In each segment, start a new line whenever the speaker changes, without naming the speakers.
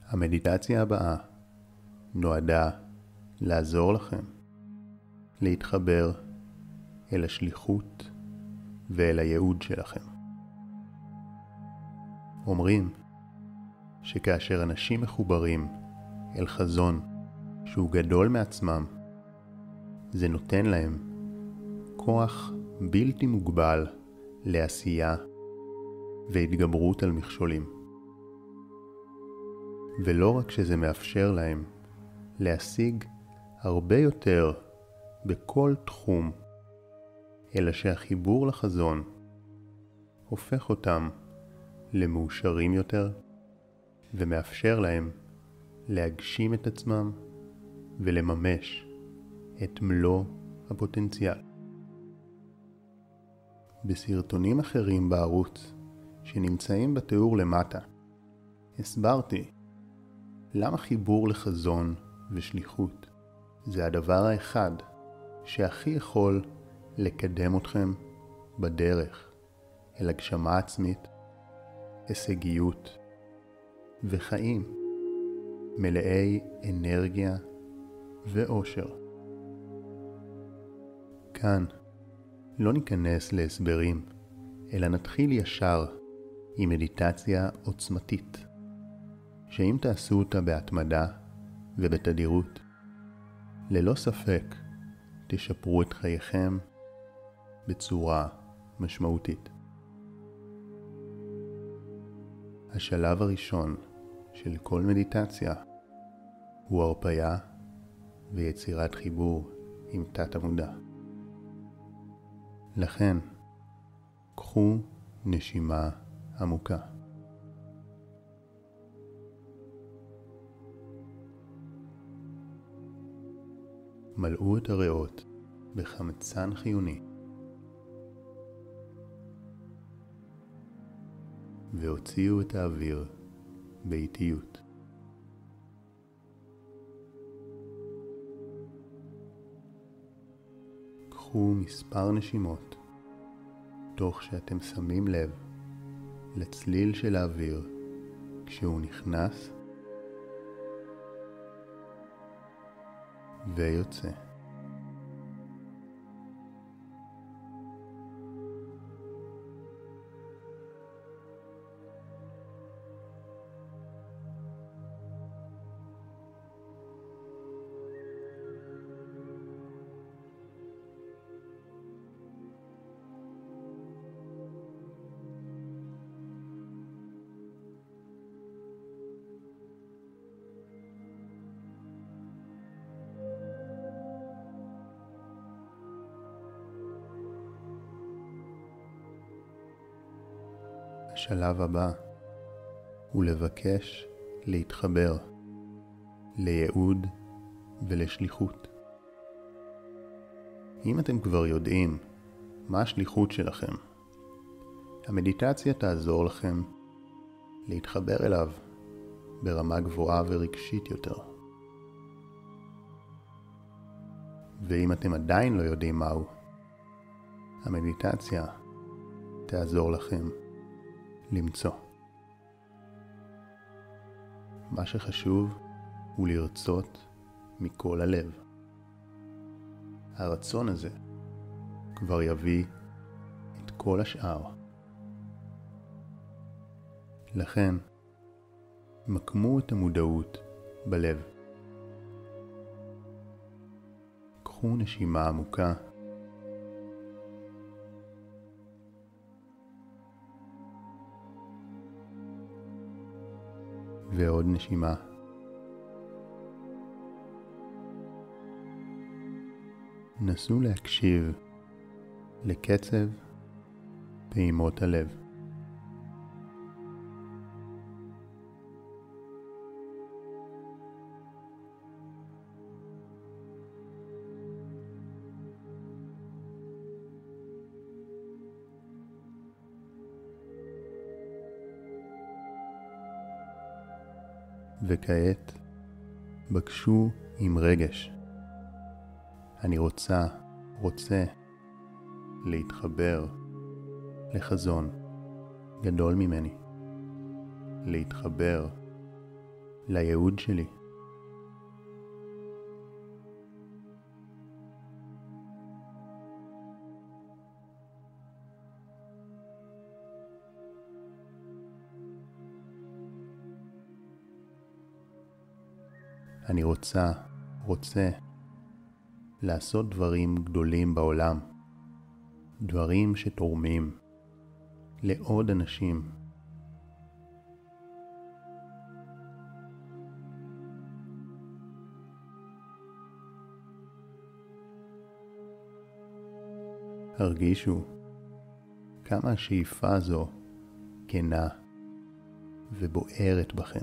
המדיטציה הבאה נועדה לעזור לכם להתחבר אל השליחות ואל הייעוד שלכם. אומרים שכאשר אנשים מחוברים אל חזון שהוא גדול מעצמם, זה נותן להם כוח בלתי מוגבל לעשייה והתגברות על מכשולים. ולא רק שזה מאפשר להם להשיג הרבה יותר בכל תחום, אלא שהחיבור לחזון הופך אותם למאושרים יותר ומאפשר להם להגשים את עצמם ולממש את מלוא הפוטנציאל. בסרטונים אחרים בערוץ שנמצאים בתיאור למטה, הסברתי למה חיבור לחזון ושליחות זה הדבר האחד שהכי יכול לקדם אתכם בדרך אל הגשמה עצמית, הישגיות וחיים מלאי אנרגיה ואושר. כאן לא ניכנס להסברים, אלא נתחיל ישר עם מדיטציה עוצמתית, שאם תעשו אותה בהתמדה ובתדירות, ללא ספק תשפרו את חייכם בצורה משמעותית. השלב הראשון של כל מדיטציה הוא הרפיה ויצירת חיבור עם תת המודע. לכן, קחו נשימה עמוקה. מלאו את הריאות בחמצן חיוני והוציאו את האוויר באיטיות. קחו מספר נשימות תוך שאתם שמים לב לצליל של האוויר כשהוא נכנס ויוצא. השלב הבא הוא לבקש להתחבר לייעוד ולשליחות. אם אתם כבר יודעים מה השליחות שלכם, המדיטציה תעזור לכם להתחבר אליו ברמה גבוהה ורגשית יותר. ואם אתם עדיין לא יודעים מהו, המדיטציה תעזור לכם למצוא. מה שחשוב הוא לרצות מכל הלב. הרצון הזה כבר יביא את כל השאר. לכן, מקמו את המודעות בלב. קחו נשימה עמוקה ועוד נשימה. נסו להקשיב לקצב פעימות הלב. וכעת בקשו עם רגש. אני רוצה להתחבר לחזון גדול ממני. להתחבר לייעוד שלי. אני רוצה לעשות דברים גדולים בעולם, דברים שתורמים לעוד אנשים. הרגישו כמה השאיפה הזו כנה ובוערת בכם.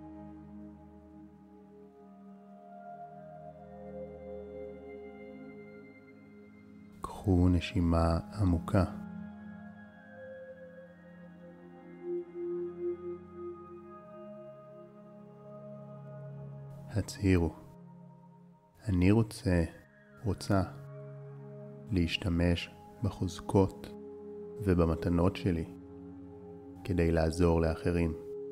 קחו נשימה עמוקה. הצהירו, אני רוצה להשתמש בחוזקות ובמתנות שלי כדי לעזור לאחרים.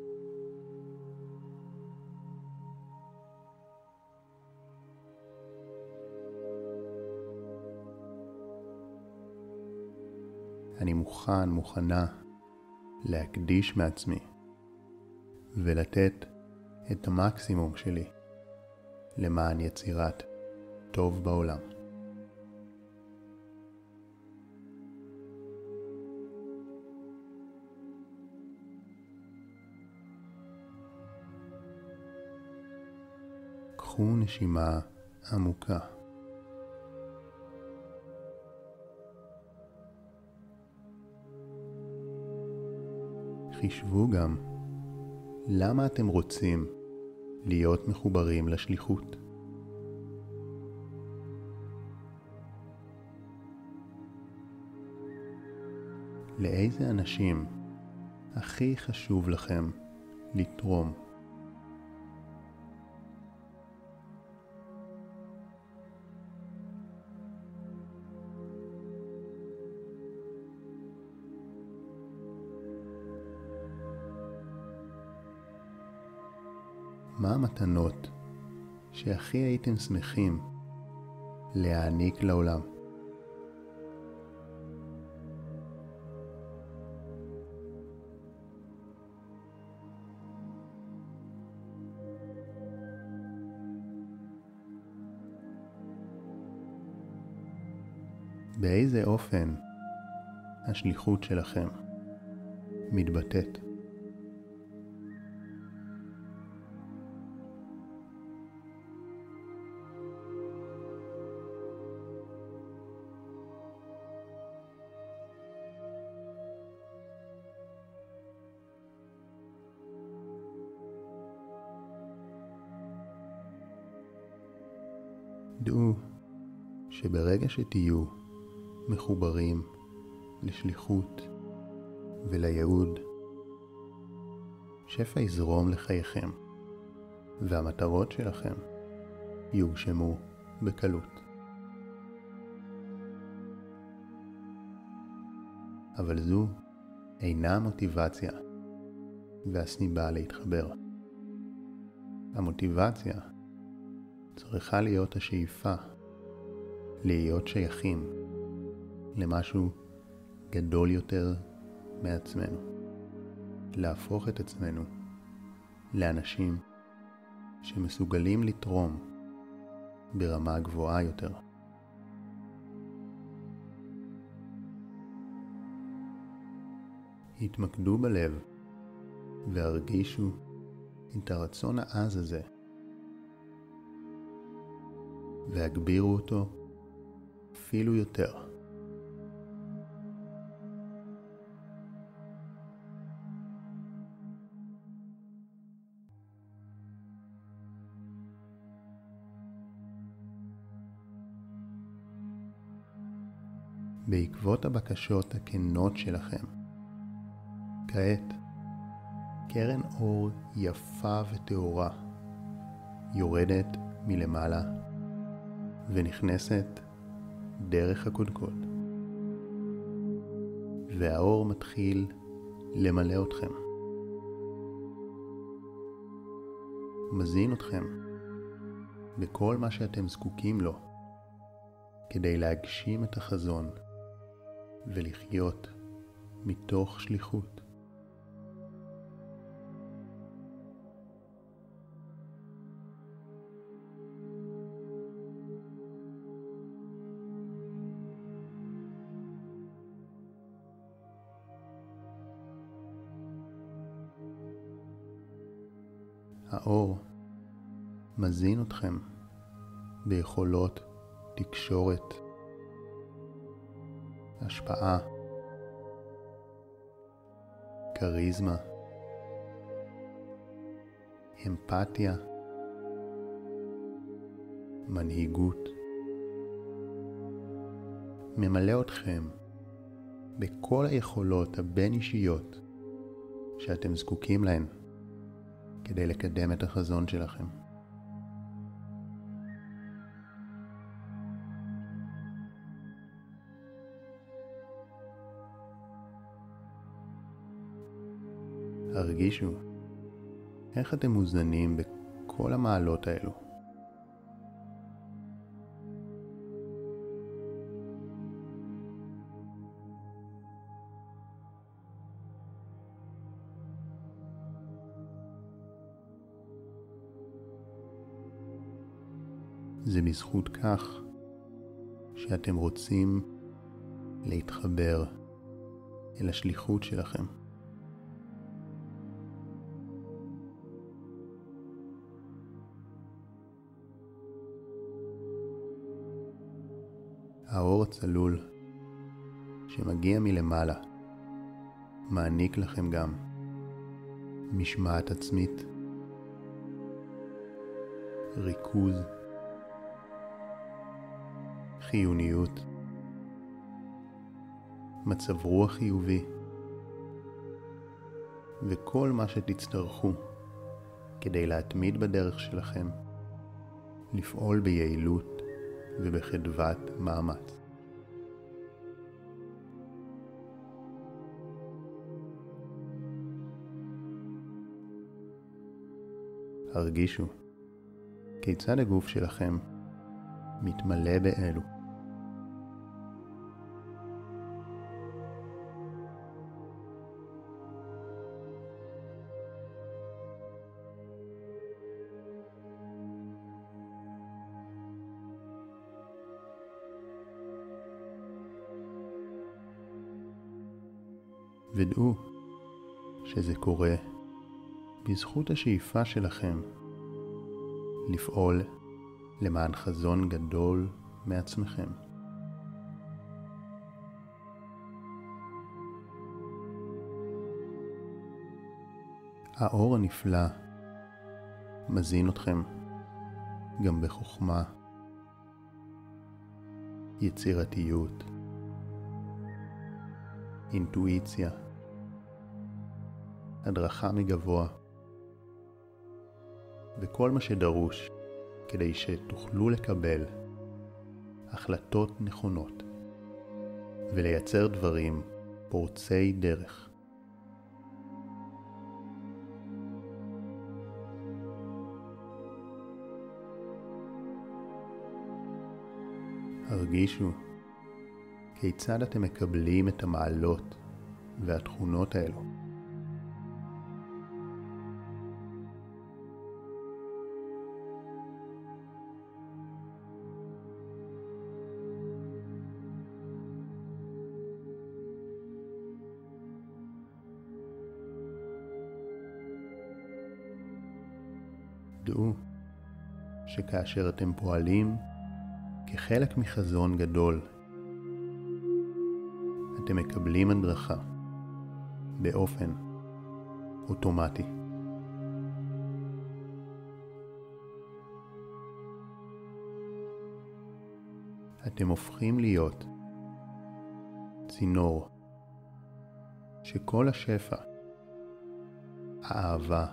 אני מוכנה להקדיש מעצמי ולתת את המקסימום שלי למען יצירת טוב בעולם. קחו נשימה עמוקה. חישבו גם למה אתם רוצים להיות מחוברים לשליחות. לאיזה אנשים הכי חשוב לכם לתרום? מה המתנות שהכי הייתם שמחים להעניק לעולם? באיזה אופן השליחות שלכם מתבטאת? דעו שברגע שתהיו מחוברים לשליחות ולייעוד, שפע יזרום לחייכם והמטרות שלכם יוגשמו בקלות. אבל זו אינה מוטיבציה והסיבה להתחבר. המוטיבציה צריכה להיות השאיפה להיות שייכים למשהו גדול יותר מעצמנו, להפוך את עצמנו לאנשים שמסוגלים לתרום ברמה גבוהה יותר. התמקדו בלב והרגישו את הרצון העז הזה והגבירו אותו אפילו יותר. בעקבות הבקשות הכנות שלכם, כעת קרן אור יפה וטהורה יורדת מלמעלה ונכנסת דרך הקודקוד, והאור מתחיל למלא אתכם. מזין אתכם בכל מה שאתם זקוקים לו כדי להגשים את החזון ולחיות מתוך שליחות. האור מזין אתכם ביכולות תקשורת, השפעה, כריזמה, אמפתיה, מנהיגות. ממלא אתכם בכל היכולות הבין-אישיות שאתם זקוקים להן כדי לקדם את החזון שלכם. הרגישו איך אתם מוזנים בכל המעלות האלו. זה בזכות כך שאתם רוצים להתחבר אל השליחות שלכם. האור הצלול שמגיע מלמעלה מעניק לכם גם משמעת עצמית, ריכוז, חיוניות, מצב רוח חיובי, וכל מה שתצטרכו כדי להתמיד בדרך שלכם, לפעול ביעילות ובחדוות מאמץ. הרגישו כיצד הגוף שלכם מתמלא באלו. ודעו שזה קורה בזכות השאיפה שלכם לפעול למען חזון גדול מעצמכם. האור הנפלא מזין אתכם גם בחוכמה, יצירתיות, אינטואיציה, הדרכה מגבוה, וכל מה שדרוש כדי שתוכלו לקבל החלטות נכונות ולייצר דברים פורצי דרך. הרגישו כיצד אתם מקבלים את המעלות והתכונות האלו. דעו שכאשר אתם פועלים כחלק מחזון גדול, אתם מקבלים הדרכה באופן אוטומטי. אתם הופכים להיות צינור שכל השפע, האהבה,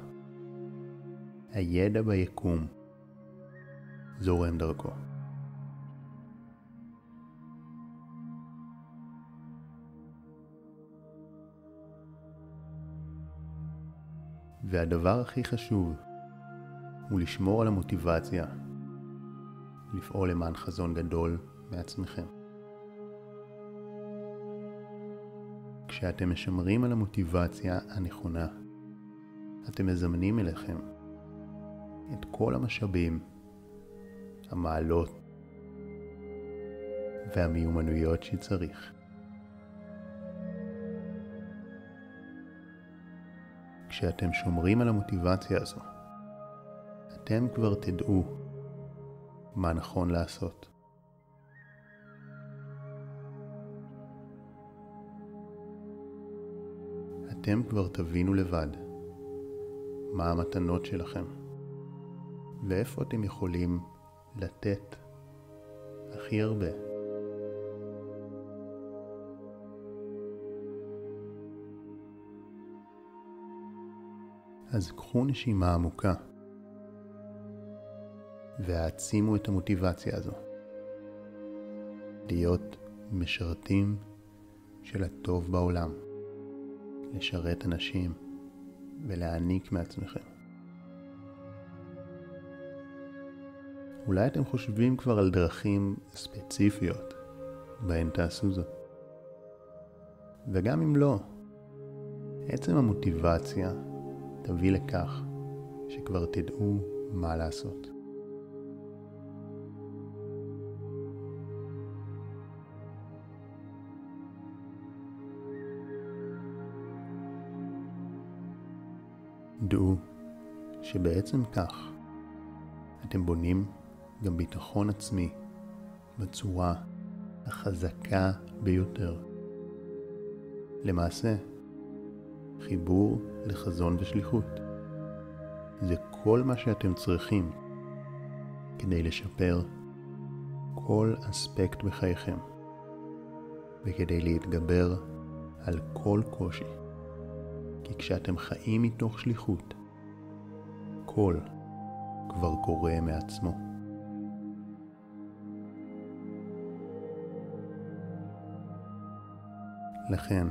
הידע ביקום זורם דרכו. והדבר הכי חשוב ולשמור על המוטיבציה לפעול למען חזון גדול מעצמכם. כשאתם משמרים על המוטיבציה הנכונה, אתם מזמנים אליכם את כל המשאבים, המעלות והמיומנויות שצריך. כשאתם שומרים על המוטיבציה הזו, אתם כבר תדעו מה נכון לעשות. אתם כבר תבינו לבד מה המתנות שלכם ואיפה אתם יכולים לתת הכי הרבה. אז קחו נשימה עמוקה והעצימו את המוטיבציה הזו להיות משרתים של הטוב בעולם, לשרת אנשים ולהעניק מעצמכם. אולי אתם חושבים כבר על דרכים ספציפיות בהן תעשו זאת. וגם אם לא, עצם המוטיבציה תביא לכך שכבר תדעו מה לעשות. דעו שבעצם כך אתם בונים גם ביטחון עצמי בצורה החזקה ביותר. למעשה, חיבור לחזון ושליחות זה כל מה שאתם צריכים כדי לשפר כל אספקט בחייכם וכדי להתגבר על כל קושי. כי כשאתם חיים מתוך שליחות, כל כבר קורה מעצמו. לכן,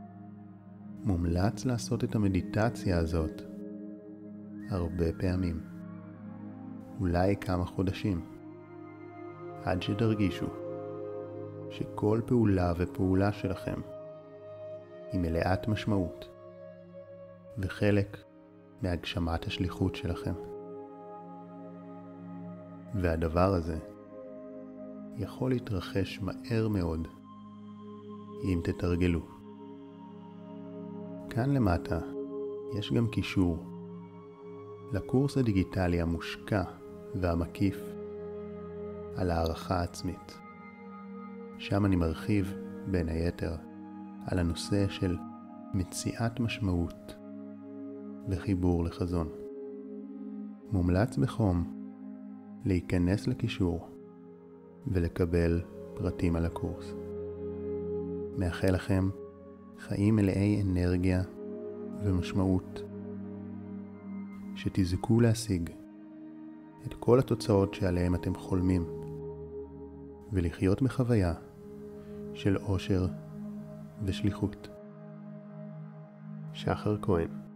מומלץ לעשות את המדיטציה הזאת הרבה פעמים, אולי כמה חודשים, עד שתרגישו שכל פעולה ופעולה שלכם היא מלאת משמעות וחלק מהגשמת השליחות שלכם. והדבר הזה יכול להתרחש מהר מאוד אם תתרגלו. כאן למטה יש גם קישור לקורס הדיגיטלי המושקע והמקיף על הערכה עצמית. שם אני מרחיב בין היתר על הנושא של מציאת משמעות וחיבור לחזון. מומלץ בחום להיכנס לקישור ולקבל פרטים על הקורס. מאחל לכם חיים מלאי אנרגיה ומשמעות, שתזכו להשיג את כל התוצאות שעליהם אתם חולמים, ולחיות בחוויה של אושר ושליחות. שחר כהן.